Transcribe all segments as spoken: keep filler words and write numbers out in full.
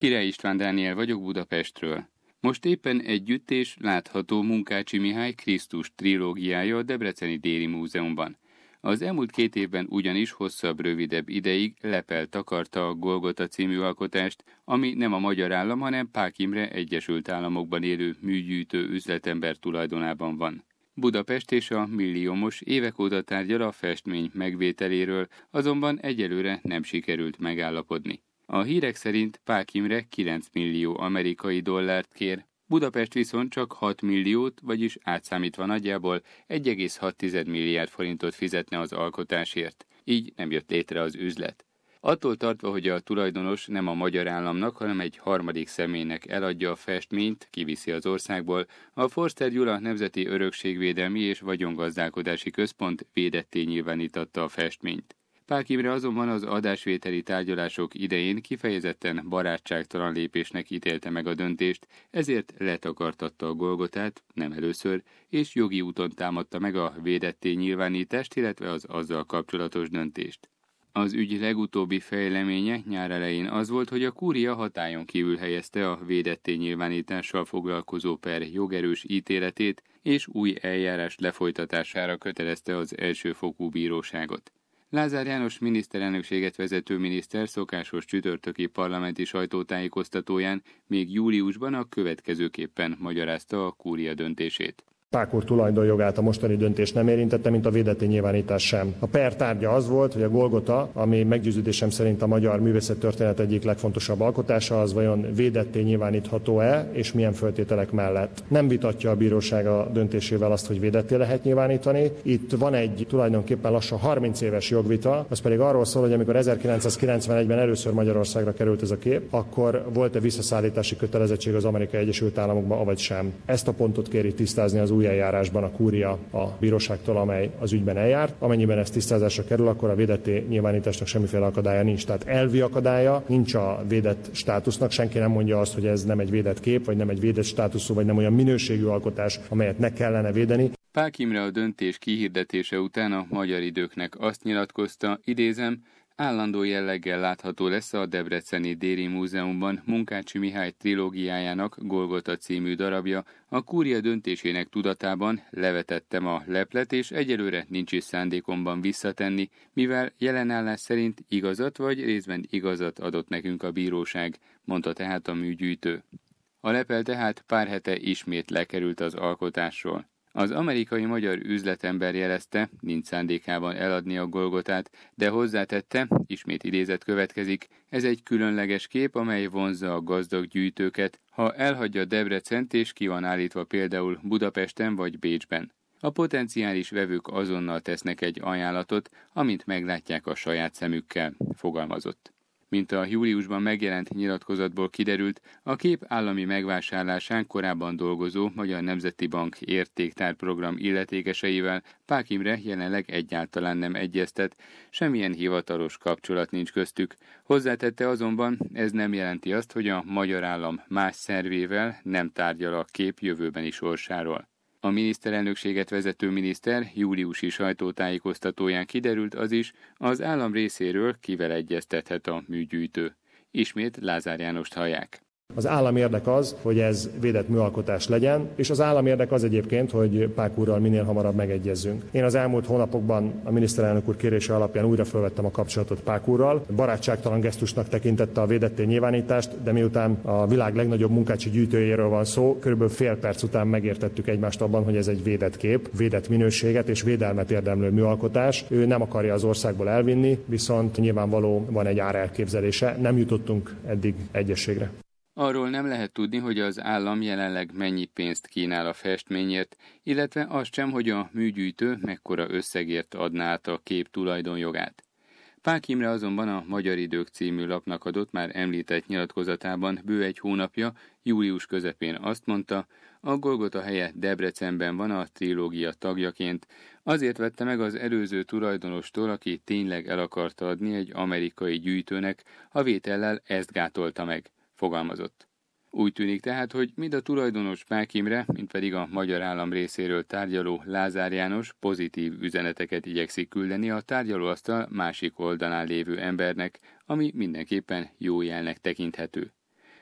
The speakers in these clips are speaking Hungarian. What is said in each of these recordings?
Király István Dániel vagyok Budapestről. Most éppen együtt és látható Munkácsi Mihály Krisztus trilógiája a Debreceni Déri Múzeumban. Az elmúlt két évben ugyanis hosszabb-rövidebb ideig lepel takarta a Golgota című alkotást, ami nem a magyar állam, hanem Pák Imre Egyesült Államokban élő műgyűjtő üzletember tulajdonában van. Budapest és a milliómos évek óta tárgyal a festmény megvételéről, azonban egyelőre nem sikerült megállapodni. A hírek szerint Pák Imre kilenc millió amerikai dollárt kér, Budapest viszont csak hat milliót, vagyis átszámítva nagyjából egy egész hat milliárd forintot fizetne az alkotásért. Így nem jött létre az üzlet. Attól tartva, hogy a tulajdonos nem a magyar államnak, hanem egy harmadik személynek eladja a festményt, kiviszi az országból, a Forster Gyula Nemzeti Örökségvédelmi és Vagyongazdálkodási Központ védetté nyilvánítatta a festményt. Pák Imre azonban az adásvételi tárgyalások idején kifejezetten barátságtalan lépésnek ítélte meg a döntést, ezért letakartatta a Golgotát, nem először, és jogi úton támadta meg a védetté nyilvánítást, illetve az azzal kapcsolatos döntést. Az ügy legutóbbi fejleménye nyár elején az volt, hogy a kúria hatályon kívül helyezte a védetté nyilvánítással foglalkozó per jogerős ítéletét, és új eljárás lefolytatására kötelezte az elsőfokú bíróságot. Lázár János miniszterelnökséget vezető miniszter szokásos csütörtöki parlamenti sajtótájékoztatóján még júliusban a következőképpen magyarázta a kúria döntését. Pák úr tulajdonjogát a mostani döntés nem érintette, mint a védetté nyilvánítás sem. A per tárgya az volt, hogy a Golgota, ami meggyőződésem szerint a magyar művészettörténet egyik legfontosabb alkotása, az vajon védetté nyilvánítható-e, és milyen feltételek mellett. Nem vitatja a bíróság a döntésével azt, hogy védetté lehet nyilvánítani. Itt van egy tulajdonképpen lassan harminc éves jogvita, az pedig arról szól, hogy amikor ezerkilencszázkilencvenegyben először Magyarországra került ez a kép, akkor volt-e visszaszállítási kötelezettség az Amerikai Egyesült Államokban, avagy sem. Ezt a pontot kéri tisztázni az új eljárásban a kúria a bíróságtól, amely az ügyben eljárt. Amennyiben ez tisztázásra kerül, akkor a védetté nyilvánításnak semmiféle akadálya nincs. Tehát elvi akadálya nincs a védett státusznak. Senki nem mondja azt, hogy ez nem egy védett kép, vagy nem egy védett státuszú, vagy nem olyan minőségű alkotás, amelyet ne kellene védeni. Pák Imre a döntés kihirdetése után a Magyar Időknek azt nyilatkozta, idézem, állandó jelleggel látható lesz a Debreceni Déri Múzeumban Munkácsi Mihály trilógiájának Golgota című darabja, a kúria döntésének tudatában levetettem a leplet, és egyelőre nincs is szándékomban visszatenni, mivel jelenállás szerint igazat vagy részben igazat adott nekünk a bíróság, mondta tehát a műgyűjtő. A lepel tehát pár hete ismét lekerült az alkotásról. Az amerikai magyar üzletember jelezte, nincs szándékában eladni a Golgotát, de hozzátette, ismét idézet következik, ez egy különleges kép, amely vonzza a gazdag gyűjtőket, ha elhagyja Debrecent és ki van állítva például Budapesten vagy Bécsben. A potenciális vevők azonnal tesznek egy ajánlatot, amint meglátják a saját szemükkel, fogalmazott. Mint a júliusban megjelent nyilatkozatból kiderült, a kép állami megvásárlásán korábban dolgozó Magyar Nemzeti Bank értéktárprogram illetékeseivel Pák Imre jelenleg egyáltalán nem egyeztet, semmilyen hivatalos kapcsolat nincs köztük. Hozzátette azonban, ez nem jelenti azt, hogy a magyar állam más szervével nem tárgyal a kép jövőbeni sorsáról. A miniszterelnökséget vezető miniszter júliusi sajtótájékoztatóján kiderült az is, az állam részéről kivel egyeztethet a műgyűjtő. Ismét Lázár Jánost hallják. Az állam érdek az, hogy ez védett műalkotás legyen, és az állam érdek az egyébként, hogy Pák úrral minél hamarabb megegyezzünk. Én az elmúlt hónapokban a miniszterelnök úr kérése alapján újra felvettem a kapcsolatot Pák úrral. Barátságtalan gesztusnak tekintette a védetté nyilvánítást, de miután a világ legnagyobb munkácsi gyűjtőjéről van szó, körülbelül fél perc után megértettük egymást abban, hogy ez egy védett kép, védett minőséget és védelmet érdemlő műalkotás. Ő nem akarja az országból elvinni, viszont nyilvánvaló van egy árelképzelése, nem jutottunk eddig egyességre. Arról nem lehet tudni, hogy az állam jelenleg mennyi pénzt kínál a festményért, illetve azt sem, hogy a műgyűjtő mekkora összegért adná át a kép tulajdonjogát. Pák Imre azonban a Magyar Idők című lapnak adott már említett nyilatkozatában bő egy hónapja, július közepén azt mondta, a Golgota helye Debrecenben van a trilógia tagjaként, azért vette meg az előző tulajdonostól, aki tényleg el akarta adni egy amerikai gyűjtőnek, a vétellel ezt gátolta meg, fogalmazott. Úgy tűnik tehát, hogy mind a tulajdonos Pák Imre, mind pedig a magyar állam részéről tárgyaló Lázár János pozitív üzeneteket igyekszik küldeni a tárgyalóasztal másik oldalán lévő embernek, ami mindenképpen jó jelnek tekinthető.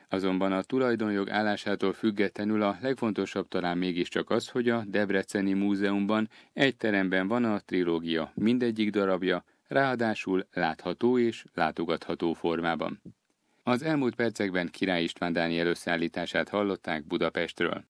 Azonban a tulajdonjog állásától függetlenül a legfontosabb talán mégiscsak az, hogy a Debreceni Múzeumban egy teremben van a trilógia mindegyik darabja, ráadásul látható és látogatható formában. Az elmúlt percekben Király István Dániel összeállítását hallották Budapestről.